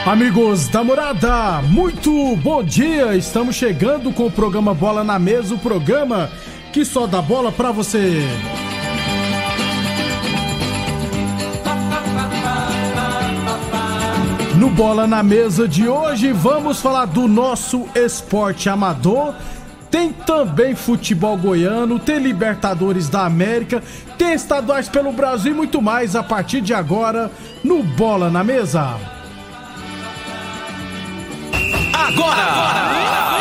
Amigos da Morada, muito bom dia! Estamos chegando com o programa Bola na Mesa, o programa que só dá bola pra você. No Bola na Mesa de hoje, vamos falar do nosso esporte amador. Tem também futebol goiano, tem Libertadores da América, tem estaduais pelo Brasil e muito mais a partir de agora no Bola na Mesa. Agora!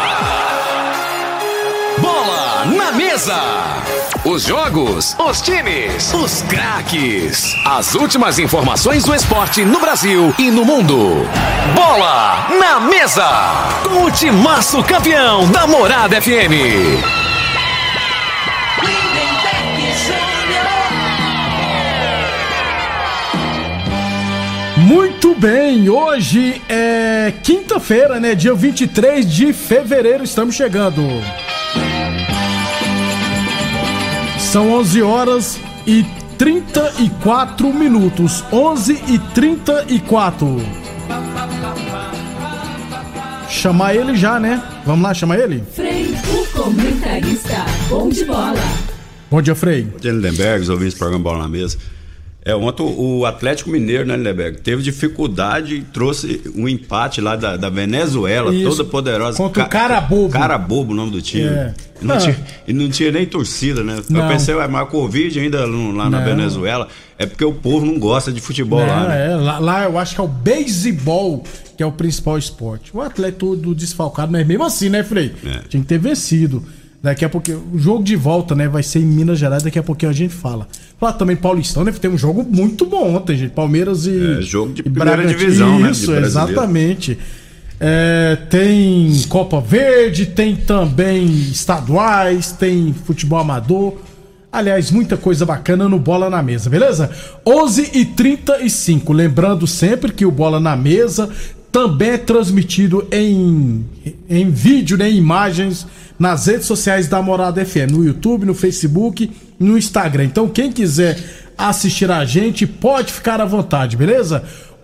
Bola na Mesa! Os jogos, os times, os craques. As últimas informações do esporte no Brasil e no mundo. Bola na Mesa! Com o timaço campeão da Morada FM. Muito bem, hoje é quinta-feira, né? Dia 23 de fevereiro, estamos chegando. São 11 horas e 34 minutos. 11h34. Chamar ele já, né? Vamos lá, chamar ele? Frei, o comentarista, bom de bola. Bom dia, Frei. Bom dia, Lindenberg, os ouvintes do programa Bola na Mesa. Ontem o Atlético Mineiro, né, Lindenberg, teve dificuldade e trouxe um empate lá da Venezuela, isso, toda poderosa. Contra o Carabobo. Carabobo, o nome do time. É. E não tinha nem torcida, né? Não. Eu pensei, mas a Covid ainda lá na Venezuela, é porque o povo não gosta de futebol lá, né? Lá eu acho que é o beisebol que é o principal esporte. O atleta todo desfalcado, mas mesmo assim, né, Frei? Tinha que ter vencido. Daqui a pouco, o jogo de volta, né, vai ser em Minas Gerais, daqui a pouquinho a gente fala. Falar também Paulistão, né, tem um jogo muito bom ontem, gente, Palmeiras e jogo de primeira divisão, né, isso, exatamente. Tem Copa Verde, tem também estaduais, tem futebol amador. Aliás, muita coisa bacana no Bola na Mesa, beleza? 11h35, lembrando sempre que o Bola na Mesa também é transmitido em vídeo, né, em imagens, nas redes sociais da Morada FM, no YouTube, no Facebook, no Instagram. Então, quem quiser assistir a gente, pode ficar à vontade, beleza?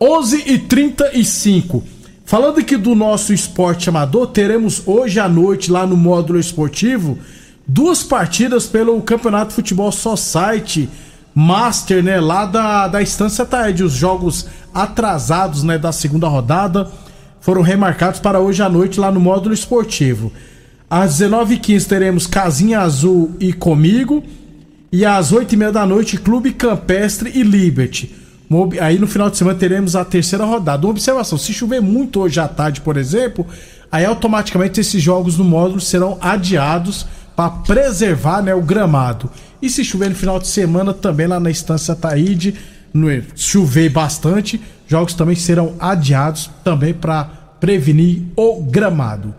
11h35. Falando aqui do nosso esporte amador, teremos hoje à noite, lá no módulo esportivo, 2 partidas pelo Campeonato de Futebol Society Master, né, lá da Estância Taíde. Os jogos atrasados, né, da segunda rodada foram remarcados para hoje à noite lá no módulo esportivo. Às 19h15 teremos Casinha Azul e Comigo. E às 8h30 da noite, Clube Campestre e Liberty. Aí no final de semana teremos a terceira rodada. Uma observação, se chover muito hoje à tarde, por exemplo, aí automaticamente esses jogos no módulo serão adiados para preservar, né, o gramado. E se chover no final de semana também lá na Estância Taíde, chover bastante, jogos também serão adiados também para prevenir o gramado.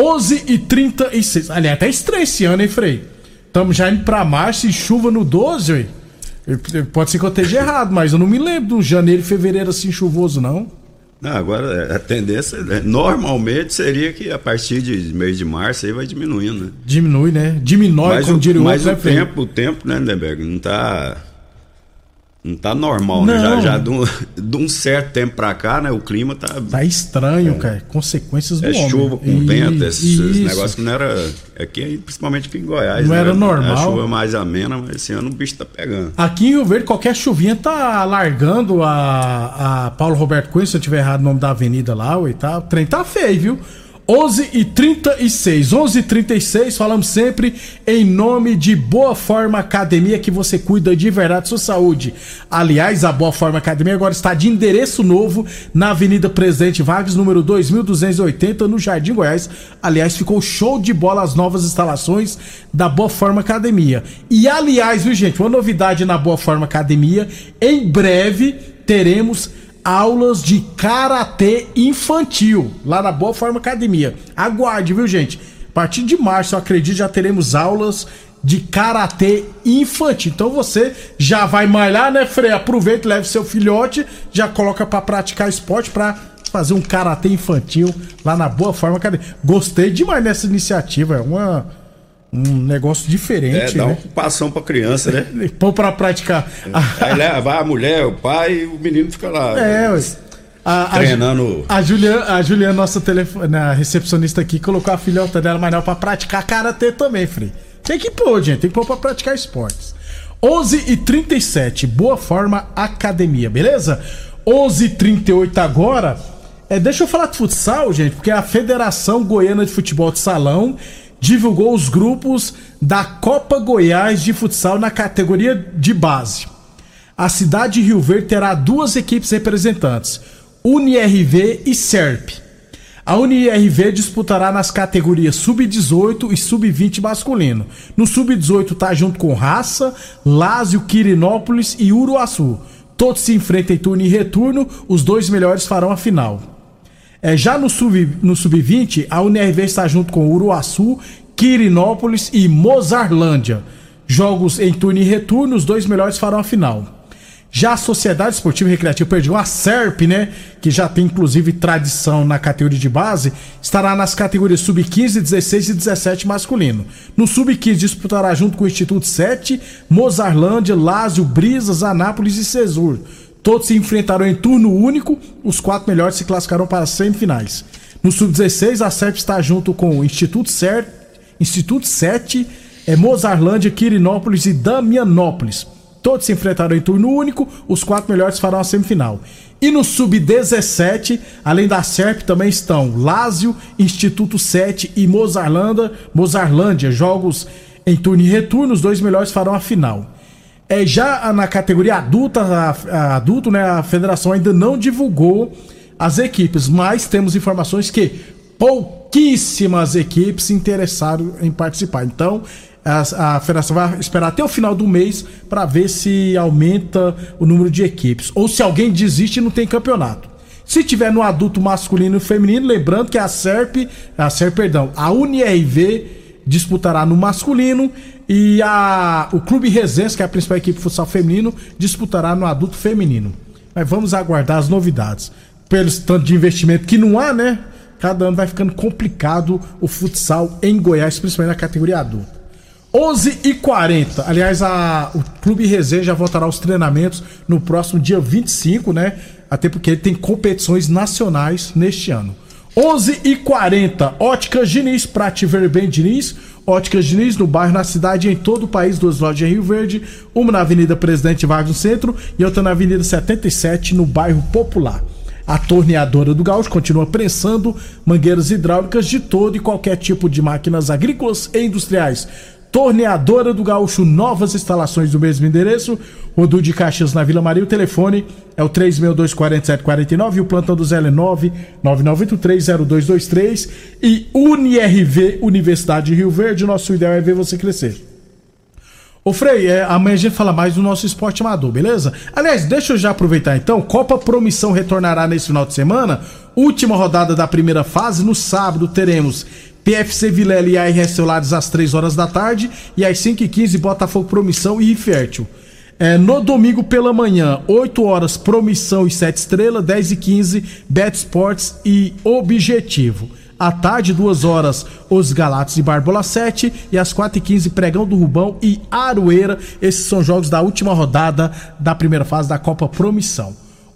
11h36. Aliás, até estranho esse ano, hein, Frei? Estamos já indo pra março e chuva no 12, ué. Pode ser que eu esteja errado, mas eu não me lembro do janeiro e fevereiro assim chuvoso, não. Não, agora a tendência, normalmente, seria que a partir de mês de março aí vai diminuindo, né? Diminui, né? Diminui, como diria o outro, né, Frei? O tempo, né, Lindenberg, não tá normal, não. Né? Já de um certo tempo pra cá, né? O clima tá estranho, cara. Consequências do homem. Chuva com vento, esses negócios que não era. Aqui, principalmente aqui em Goiás. Não era normal. A chuva mais amena, mas esse ano o bicho tá pegando. Aqui em Rio Verde, qualquer chuvinha tá largando a Paulo Roberto Cunha, se eu tiver errado o nome da avenida lá, o trem tá feio, viu? 11h36, 11h36, falamos sempre em nome de Boa Forma Academia, que você cuida de verdade sua saúde. Aliás, a Boa Forma Academia agora está de endereço novo na Avenida Presidente Vargas, número 2280, no Jardim Goiás. Aliás, ficou show de bola as novas instalações da Boa Forma Academia. E aliás, viu, gente, uma novidade na Boa Forma Academia, em breve teremos aulas de karatê infantil lá na Boa Forma Academia. Aguarde, viu, gente? A partir de março, eu acredito, já teremos aulas de karatê infantil. Então você já vai malhar, né, Frei? Aproveita, leve seu filhote, já coloca pra praticar esporte, pra fazer um karatê infantil lá na Boa Forma Academia. Gostei demais dessa iniciativa, é um negócio diferente, dá né? uma ocupação pra criança, né? Pô, pra praticar. Aí vai a mulher, o pai e o menino fica lá. Ué. treinando. A Juliana, nossa recepcionista aqui, colocou a filhota dela mais nova pra praticar karatê também, Frei. Tem que pôr, gente, tem que pôr pra praticar esportes. 11h37, Boa Forma Academia, beleza? 11h38 agora. Deixa eu falar de futsal, gente, porque a Federação Goiana de Futebol de Salão divulgou os grupos da Copa Goiás de Futsal na categoria de base. A cidade de Rio Verde terá 2 equipes representantes, UniRV e SERP. A UniRV disputará nas categorias Sub-18 e Sub-20 masculino. No Sub-18 tá junto com Raça, Lázio, Quirinópolis e Uruaçu. Todos se enfrentam em turno e retorno, os 2 melhores farão a final. Já no Sub-20, a UniRV está junto com Uruaçu, Quirinópolis e Mozarlândia. Jogos em turno e retorno, os 2 melhores farão a final. Já a Sociedade Esportiva e Recreativa Perdigão, a SERP, né, que já tem inclusive tradição na categoria de base, estará nas categorias Sub-15, 16 e 17 masculino. No Sub-15 disputará junto com o Instituto 7, Mozarlândia, Lázio, Brisas, Anápolis e Cesur. Todos se enfrentarão em turno único, os 4 melhores se classificarão para as semifinais. No Sub-16, a SERP está junto com o Instituto 7, Mozarlândia, Quirinópolis e Damianópolis. Todos se enfrentarão em turno único, os 4 melhores farão a semifinal. E no Sub-17, além da SERP, também estão Lázio, Instituto 7 e Mozarlândia. Jogos em turno e retorno, os 2 melhores farão a final. Já na categoria adulto, né, a federação ainda não divulgou as equipes, mas temos informações que pouquíssimas equipes se interessaram em participar. Então, a federação vai esperar até o final do mês para ver se aumenta o número de equipes ou se alguém desiste e não tem campeonato. Se tiver no adulto masculino e feminino, lembrando que a UniRV disputará no masculino e o Clube Resense, que é a principal equipe de futsal feminino, disputará no adulto feminino. Mas vamos aguardar as novidades. Pelo tanto de investimento que não há, né? Cada ano vai ficando complicado o futsal em Goiás, principalmente na categoria adulta. 11h40, aliás, o Clube Resenha já voltará aos treinamentos no próximo dia 25, né? Até porque ele tem competições nacionais neste ano. 11h40, Óticas Diniz, pra te ver bem, Diniz. Óticas Diniz, no bairro, na cidade e em todo o país, 2 lojas em Rio Verde, uma na Avenida Presidente Vargas no centro e outra na Avenida 77, no bairro Popular. A Torneadora do Gaúcho continua prensando mangueiras hidráulicas de todo e qualquer tipo de máquinas agrícolas e industriais. Torneadora do Gaúcho, novas instalações do mesmo endereço, Rodul de Caxias na Vila Maria. O telefone é o 362-4749 e o plantão do Zé é 999830223. E UniRV, Universidade de Rio Verde, nosso ideal é ver você crescer. Ô Frei, amanhã a gente fala mais do nosso esporte amador, beleza? Aliás, deixa eu já aproveitar então, Copa Promissão retornará nesse final de semana, última rodada da primeira fase. No sábado teremos PFC Vilela e AR Celulares às 3 horas da tarde e às 5h15 Botafogo Promissão e Fértil. No domingo pela manhã, 8 horas Promissão e 7 Estrelas, 10h15 Bet Sports e Objetivo. À tarde, 2 horas Os Galatos e Barbola 7 e às 4h15 Pregão do Rubão e Aroeira. Esses são jogos da última rodada da primeira fase da Copa Promissão.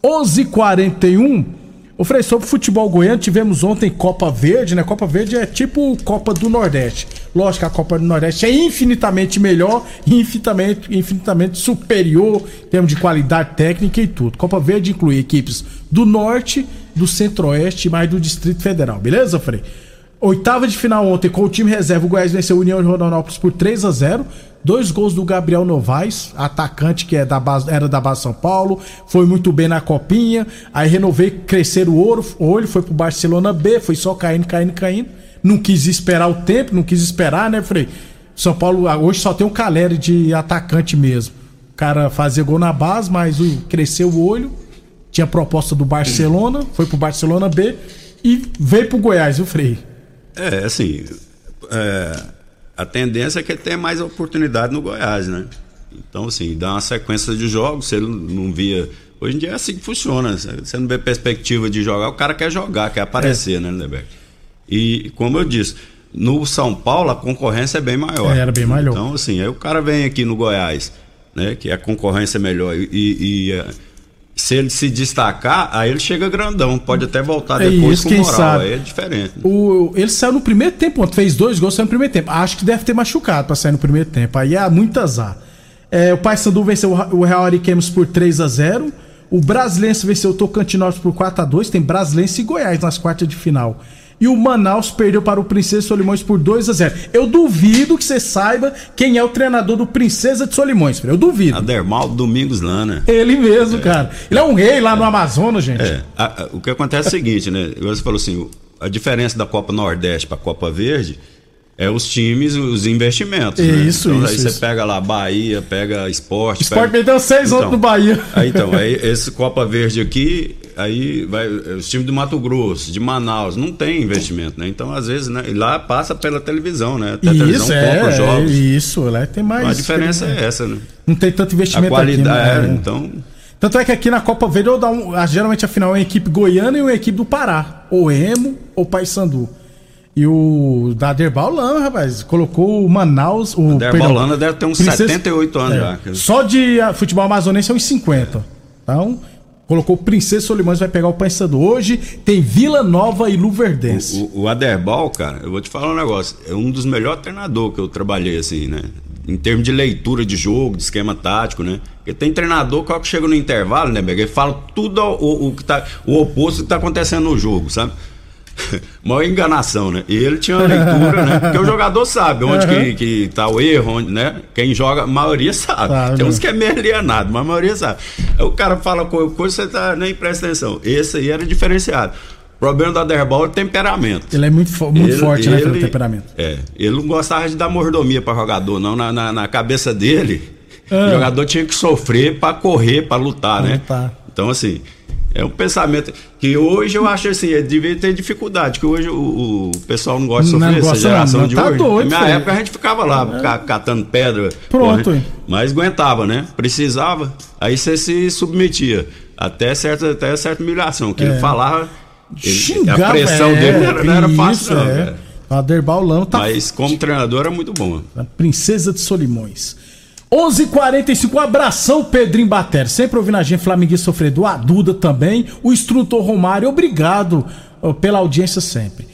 11h41. Ô Frei, sobre futebol goiano, tivemos ontem Copa Verde, né? Copa Verde é tipo Copa do Nordeste. Lógico que a Copa do Nordeste é infinitamente melhor, infinitamente superior em termos de qualidade técnica e tudo. Copa Verde inclui equipes do Norte, do Centro-Oeste e mais do Distrito Federal, beleza, Frei? Oitava de final ontem, com o time reserva, o Goiás venceu a União de Rondonópolis por 3-0. 2 gols do Gabriel Novaes, atacante que era da base São Paulo, foi muito bem na copinha. Aí renovei, crescer o olho, foi pro Barcelona B, foi só caindo. Não quis esperar o tempo, não quis esperar, né, Frei? São Paulo hoje só tem um Caleri de atacante mesmo. O cara fazia gol na base, mas cresceu o olho. Tinha proposta do Barcelona, foi pro Barcelona B e veio pro Goiás, viu, Frei? A tendência é que ele tenha mais oportunidade no Goiás, né? Então, assim, dá uma sequência de jogos, se ele não via... Hoje em dia é assim que funciona, você não vê perspectiva de jogar, o cara quer jogar, quer aparecer, né, Lindeberg? E, como eu disse, no São Paulo a concorrência é bem maior. Era bem maior. Então, assim, aí o cara vem aqui no Goiás, né, que a concorrência é melhor e se ele se destacar, aí ele chega grandão, pode até voltar depois isso, com moral, sabe. aí é diferente. Ele saiu no primeiro tempo, fez 2 gols, saiu no primeiro tempo. Acho que deve ter machucado pra sair no primeiro tempo, aí é muito azar. O Paysandu venceu o Real Ariquemes por 3-0. O Brasilense venceu o Tocantinópolis por 4-2. Tem Brasilense e Goiás nas quartas de final. E o Manaus perdeu para o Princesa de Solimões por 2-0. Eu duvido que você saiba quem é o treinador do Princesa de Solimões, eu duvido. Adermaldo Domingos Lana. Ele mesmo, cara. Ele é um rei lá no Amazonas, gente. O que acontece é o seguinte, né? Você falou assim, a diferença da Copa Nordeste para a Copa Verde é os times, os investimentos. Isso, né? Então, isso. Aí você pega lá Bahia, pega Sport. Sport perdeu 6 ontem no Bahia. Aí esse Copa Verde aqui, aí vai os times do Mato Grosso, de Manaus, não tem investimento, né? Então, às vezes, né? E lá passa pela televisão, né? Até a televisão compra os jogos. Isso, lá tem mais. A diferença é essa, né? Não tem tanto investimento a qualidade, aqui, né? Então. Tanto é que aqui na Copa Verde geralmente a final é uma equipe goiana e uma equipe do Pará. Ou Remo ou Paysandu. E o da Aderbal Lana, rapaz, colocou o Manaus. O Aderbal Lana deve ter uns 78 anos já. Só de futebol amazonense é uns 50. Então, colocou o Princesa Solimões, vai pegar o Paysandu. Hoje tem Vila Nova e Luverdense. O Aderbal, cara, eu vou te falar um negócio. É um dos melhores treinadores que eu trabalhei, assim, né? Em termos de leitura de jogo, de esquema tático, né? Porque tem treinador que chega no intervalo, né, Bega? Ele fala tudo o oposto do que tá acontecendo no jogo, sabe? Maior enganação, né? E ele tinha uma leitura, né? Porque o jogador sabe onde que tá o erro, onde, né? Quem joga, a maioria sabe. Tem uns que é meio alienado, mas a maioria sabe. Aí o cara fala coisa, você nem presta atenção. Esse aí era diferenciado. O problema do Aderbal é o temperamento. Ele é muito forte, né, pelo temperamento. Ele não gostava de dar mordomia para jogador, não. Na cabeça dele, o jogador tinha que sofrer para correr, para lutar, né? Então, assim, é um pensamento que hoje eu acho assim, ele devia ter dificuldade, que hoje o pessoal não gosta de sofrer, essa geração de hoje. Doido, na minha época a gente ficava lá, catando pedra. Pronto. Porra, mas aguentava, né? Precisava, aí você se submetia. Até certa humilhação, que ele falava. Xingava, a pressão dele não era fácil, não. O Aderbal Lano Mas como treinador é muito bom. A Princesa de Solimões. 11h45, um abração, Pedrinho Batera. Sempre ouvindo a gente, flamenguista sofredor, a Duda também, o instrutor Romário, obrigado pela audiência sempre.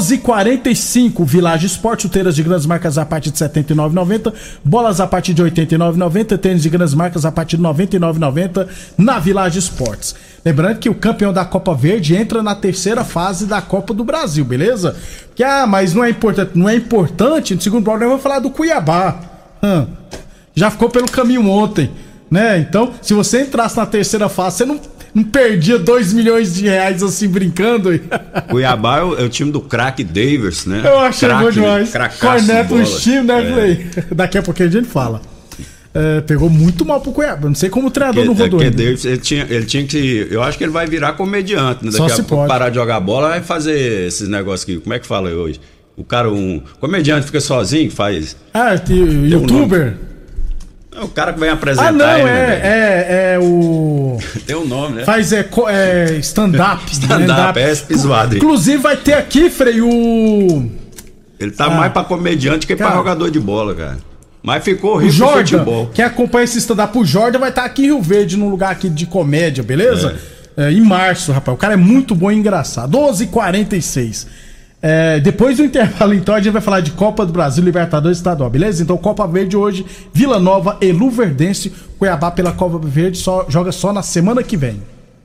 11h45, Village Esporte, chuteiras de grandes marcas a partir de R$ 79,90, bolas a partir de R$ 89,90, tênis de grandes marcas a partir de R$ 99,90 na Village Esportes. Lembrando que o campeão da Copa Verde entra na terceira fase da Copa do Brasil, beleza? Que, mas não é importante. Não é importante, no segundo bloco eu vou falar do Cuiabá. Já ficou pelo caminho ontem, né? Então, se você entrasse na terceira fase, você não perdia R$2 milhões assim, brincando. Cuiabá é o time do craque Davis, né? Eu achei bom demais. Corneta o time, né, Clay? Daqui a pouquinho a gente fala. Pegou muito mal pro Cuiabá. Não sei como o treinador não rodou. Davis, ele tinha que. Eu acho que ele vai virar comediante, né? Daqui a pouco parar de jogar bola, vai fazer esses negócios aqui. Como é que fala hoje? O cara, um comediante fica sozinho, faz. Youtuber. É o cara que vem apresentar. É o. Tem um nome, né? Faz stand-up. Stand-up, pisoado. Inclusive vai ter aqui, Frei, Ele tá mais pra comediante que pra jogador de bola, cara. Mas ficou rico no futebol. Quem acompanha esse stand-up, o Jordan vai estar aqui em Rio Verde, num lugar aqui de comédia, beleza? Em março, rapaz. O cara é muito bom e engraçado. 11h46. Depois do intervalo, então, a gente vai falar de Copa do Brasil, Libertadores Estadual, beleza? Então, Copa Verde hoje, Vila Nova e Luverdense. Cuiabá pela Copa Verde joga só na semana que vem.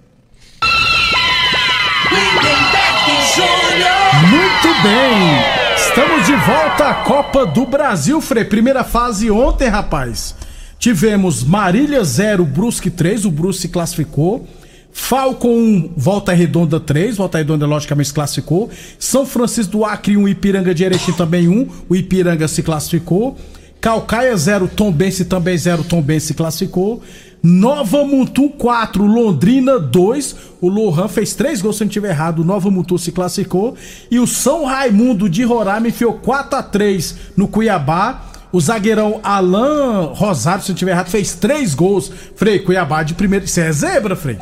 Muito bem! Estamos de volta à Copa do Brasil, Frei. Primeira fase ontem, rapaz. Tivemos Marília 0, Brusque 3, o Brusque se classificou. Falcon 1, Volta Redonda 3, Volta Redonda logicamente se classificou. São Francisco do Acre 1, Ipiranga de Erechim também 1, o Ipiranga se classificou. Calcaia 0, Tombense também 0, Tombense se classificou. Nova Mutum 4, Londrina 2, o Lohan fez 3 gols se não estiver errado, o Nova Mutum se classificou. E o São Raimundo de Roraima enfiou 4-3 no Cuiabá. O zagueirão Alan Rosário, se não estiver errado, fez 3 gols. Frei, Cuiabá de primeiro. Isso é zebra, Frei?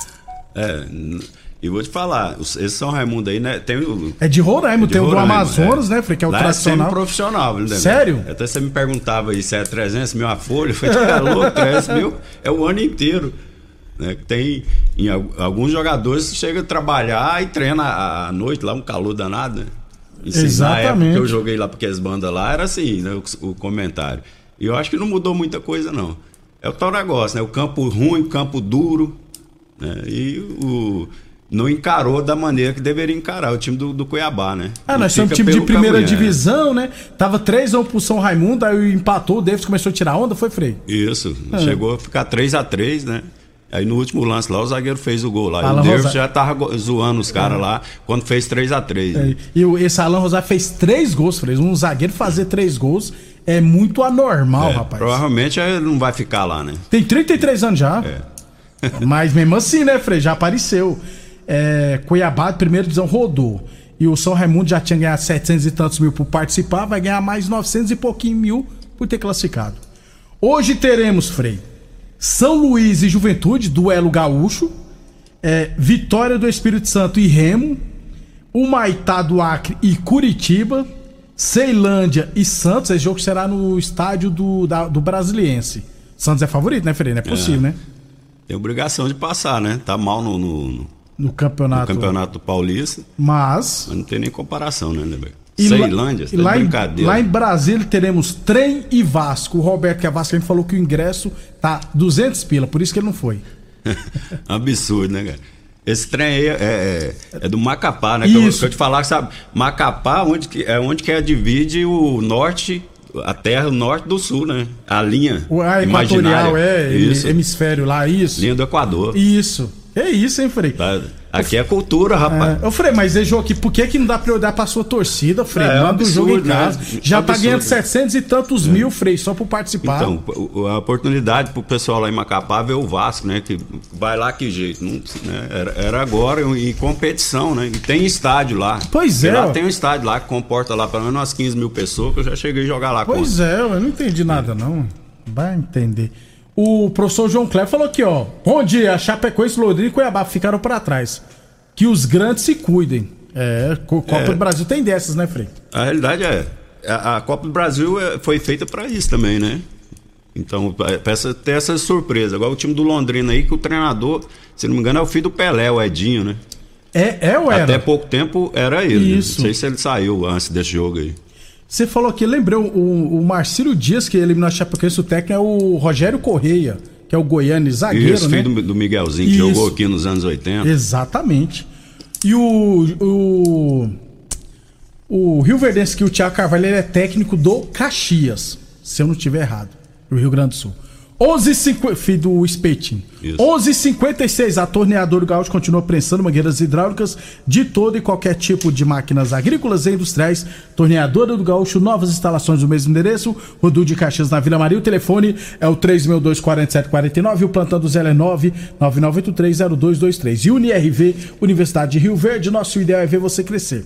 E vou te falar, esse São Raimundo aí, né? De Roraima, tem o do Amazonas, né, Frei? Que é o lá tradicional. É profissional, né? Sério? Até você me perguntava aí se é 300 mil a folha. Eu falei, louco, 300 mil é o ano inteiro. Né? Tem alguns jogadores que chegam a trabalhar e treina à noite lá, um calor danado, né? Na época que eu joguei lá porque as bandas lá era assim, né? O comentário. E eu acho que não mudou muita coisa, não. É o tal negócio, né? O campo ruim, o campo duro, né? E não encarou da maneira que deveria encarar o time do Cuiabá, né? Nós somos um time de primeira divisão, né? Tava 3-1 pro São Raimundo, aí empatou, o Davis começou a tirar onda, foi, Frei? Isso, chegou a ficar 3-3, né? Aí no último lance lá, o zagueiro fez o gol lá. E o Davis já tava zoando os caras lá quando fez 3-3. Né? E esse Alan Rosário fez 3 gols, Frei. Um zagueiro fazer 3 gols é muito anormal, rapaz. Provavelmente ele não vai ficar lá, né? Tem 33 anos já. Mas mesmo assim, né, Frei? Já apareceu. Cuiabá, primeira divisão, rodou. E o São Raimundo já tinha ganhado 700 e tantos mil por participar, vai ganhar mais 900 e pouquinho mil por ter classificado. Hoje teremos, Frei, São Luís e Juventude, duelo gaúcho, Vitória do Espírito Santo e Remo, Humaitá do Acre e Curitiba, Ceilândia e Santos. Esse jogo será no estádio do Brasiliense. Santos é favorito, né, Frei? Não é possível, né? Tem obrigação de passar, né? Tá mal no campeonato paulista. Mas não tem nem comparação, né, Neber? Ceilândia, lá, brincadeira. Lá em Brasília teremos Trem e Vasco. O Roberto, que é vascaíno, falou que o ingresso tá 200 pila, por isso que ele não foi. Absurdo, né, cara? Esse trem aí é do Macapá, né? Isso. Que eu te falar, sabe? Macapá, onde que divide o norte, a terra, o norte do sul, né? A linha equatorial, isso. Hemisfério lá, isso. Linha do Equador. Isso. É isso, hein, Frei? Aqui é cultura, rapaz. Ô, Frei, mas esse jogo aqui, por que não dá prioridade pra sua torcida, Frei? Manda o jogo em casa. Né? Já tá ganhando 700 e tantos mil, Frei, só por participar. Então, a oportunidade pro pessoal lá em Macapá ver o Vasco, né? Que vai lá que jeito. Não, né? Era agora em competição, né? E tem estádio lá. Pois é. Lá tem um estádio lá que comporta lá pelo menos umas 15 mil pessoas, que eu já cheguei a jogar lá. Pois eu não entendi nada, não. Vai entender. O professor João Cléber falou aqui, ó. Bom dia, Chapecoense, Londrina e Cuiabá ficaram pra trás. Que os grandes se cuidem. Copa do Brasil tem dessas, né, Frei? A realidade a Copa do Brasil foi feita pra isso também, né? Então, pra ter essa surpresa. Agora o time do Londrina aí, que o treinador, se não me engano, é o filho do Pelé, o Edinho, né? Ou era? Até pouco tempo era ele. Isso. Não sei se ele saiu antes desse jogo aí. Você falou aqui, lembrei, o Marcílio Dias, que eliminou a Chapecoense, o técnico é o Rogério Correia, que é o goiano zagueiro, isso, né? Filho do Miguelzinho, que jogou aqui nos anos 80. Exatamente. E o Rio Verdense, que o Thiago Carvalho, ele é técnico do Caxias, se eu não estiver errado, no Rio Grande do Sul. 11h50, filho do Espetinho. 11h56, a Torneadora do Gaúcho continua prensando mangueiras hidráulicas de todo e qualquer tipo de máquinas agrícolas e industriais. Torneadora do Gaúcho, novas instalações do mesmo endereço, Rodul de Caxias na Vila Maria. O telefone é o 362-4749 e o plantão do Zé é 999830223. E UniRV, Universidade de Rio Verde, nosso ideal é ver você crescer.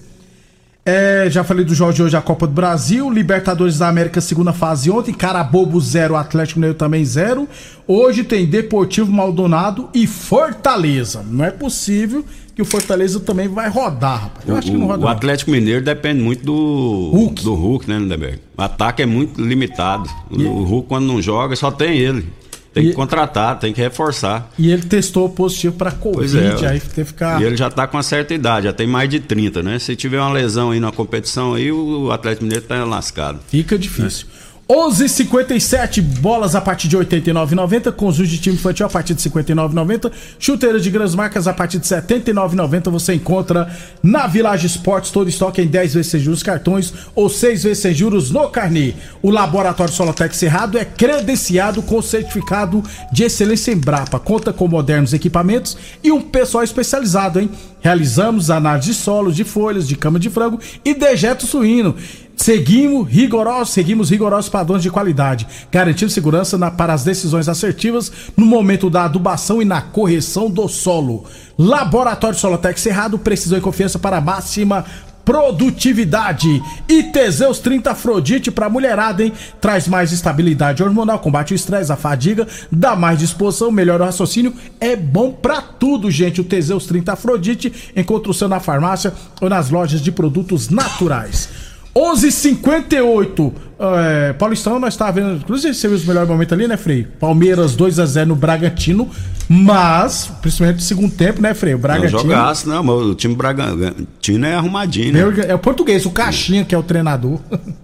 Já falei do jogo de hoje, a Copa do Brasil, Libertadores da América, segunda fase ontem, Carabobo 0, Atlético Mineiro também 0. Hoje tem Deportivo Maldonado e Fortaleza. Não é possível que o Fortaleza também vai rodar, rapaz. Eu acho que não roda. O Atlético Mineiro depende muito do Hulk, né, Lindeberg? O ataque é muito limitado. O Hulk, quando não joga, só tem ele. Tem que contratar, tem que reforçar. E ele testou positivo pra Covid, aí teve que ficar... E ele já tá com uma certa idade, já tem mais de 30, né? Se tiver uma lesão aí na competição, aí o Atlético Mineiro tá lascado. Fica difícil. 11h57, bolas a partir de R$ 89,90, conjunto de time infantil a partir de R$ 59,90, chuteiras de grandes marcas a partir de R$ 79,90, você encontra na Village Esportes, todo estoque em 10 vezes sem juros cartões ou 6 vezes sem juros no carnê. O Laboratório Solotec Cerrado é credenciado com certificado de excelência Embrapa, conta com modernos equipamentos e um pessoal especializado, hein? Realizamos análise de solos, de folhas, de cama de frango e dejeto suíno. Seguimos rigorosos padrões de qualidade, garantindo segurança para as decisões assertivas no momento da adubação e na correção do solo. Laboratório Solotec Cerrado, precisão e confiança para a máxima produtividade. E Teseus 30 Afrodite pra mulherada, hein? Traz mais estabilidade hormonal, combate o estresse, a fadiga, dá mais disposição, melhora o raciocínio, é bom pra tudo, gente. O Teseus 30 Afrodite, encontra o seu na farmácia ou nas lojas de produtos naturais. 11h58, Paulistão, nós estávamos vendo, inclusive você viu os melhores momentos ali, né, Frei? Palmeiras 2-0 no Bragantino, mas, principalmente no segundo tempo, né, Frei? O Bragantino. Não jogasse, não, mas o time Bragantino é arrumadinho, né? É o português, o Caixinha, que é o treinador.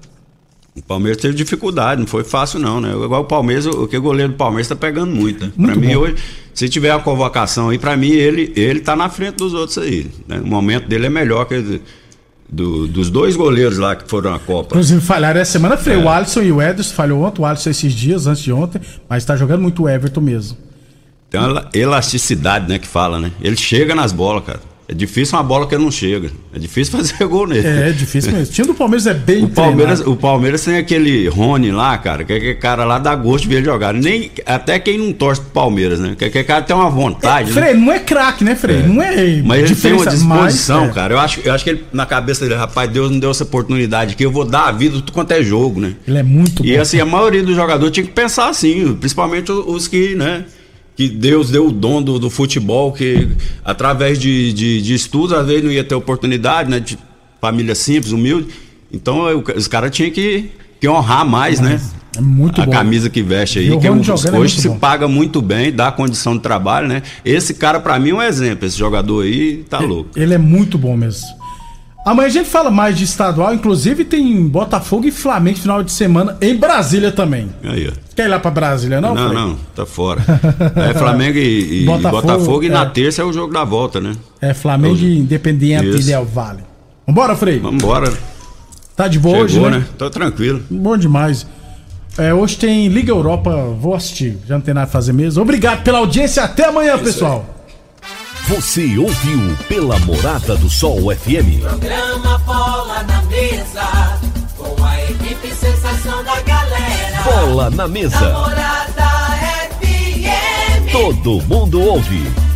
O Palmeiras teve dificuldade, não foi fácil, não, né? Igual o Palmeiras, o goleiro do Palmeiras tá pegando muito, né? Pra mim, hoje, se tiver a convocação aí, pra mim, ele tá na frente dos outros aí, né? O momento dele é melhor que dos dois goleiros lá que foram à Copa. Inclusive falharam essa semana, Frei, o Alisson e o Ederson falhou ontem, o Alisson esses dias, antes de ontem, mas tá jogando muito o Everton mesmo. Tem uma elasticidade, né, que fala, né? Ele chega nas bolas, cara. É difícil uma bola que ele não chega. É difícil fazer gol nele. É difícil mesmo. O time do Palmeiras é bem o Palmeiras tem aquele Rony lá, cara, que aquele cara lá dá gosto de ver ele jogar. Até quem não torce pro Palmeiras, né? Que aquele cara tem uma vontade. Frei, não é craque, né, Frei? Não é. Mas ele tem uma disposição, cara. Eu acho que ele, na cabeça dele, rapaz, Deus não deu essa oportunidade aqui, eu vou dar a vida tudo quanto é jogo, né? Ele é muito bom. E assim, a maioria dos jogadores tinha que pensar assim, principalmente os que, né? Que Deus deu o dom do futebol, que através de estudos, às vezes não ia ter oportunidade, né? De família simples, humilde. Então os caras tinham que honrar mais, né? É muito bom. A camisa que veste aí, que hoje se paga muito bem, dá condição de trabalho, né? Esse cara, pra mim, é um exemplo. Esse jogador aí tá louco. Ele é muito bom mesmo. Amanhã a gente fala mais de estadual, inclusive tem Botafogo e Flamengo final de semana em Brasília também. Aí, ó. Quer ir lá pra Brasília, não? Não, tá fora. É Flamengo e Botafogo e na terça é o jogo da volta, né? É Flamengo e Independiente Del Valle. Vambora, Frei? Vambora. Tá de boa hoje, né? Tô tranquilo. Bom demais. Hoje tem Liga Europa, vou assistir, já não tem nada a fazer mesmo. Obrigado pela audiência, até amanhã, pessoal. Você ouviu pela Morada do Sol FM. Programa Bola na Mesa, com a equipe sensação da galera. Bola na Mesa. Da Morada FM. Todo mundo ouve.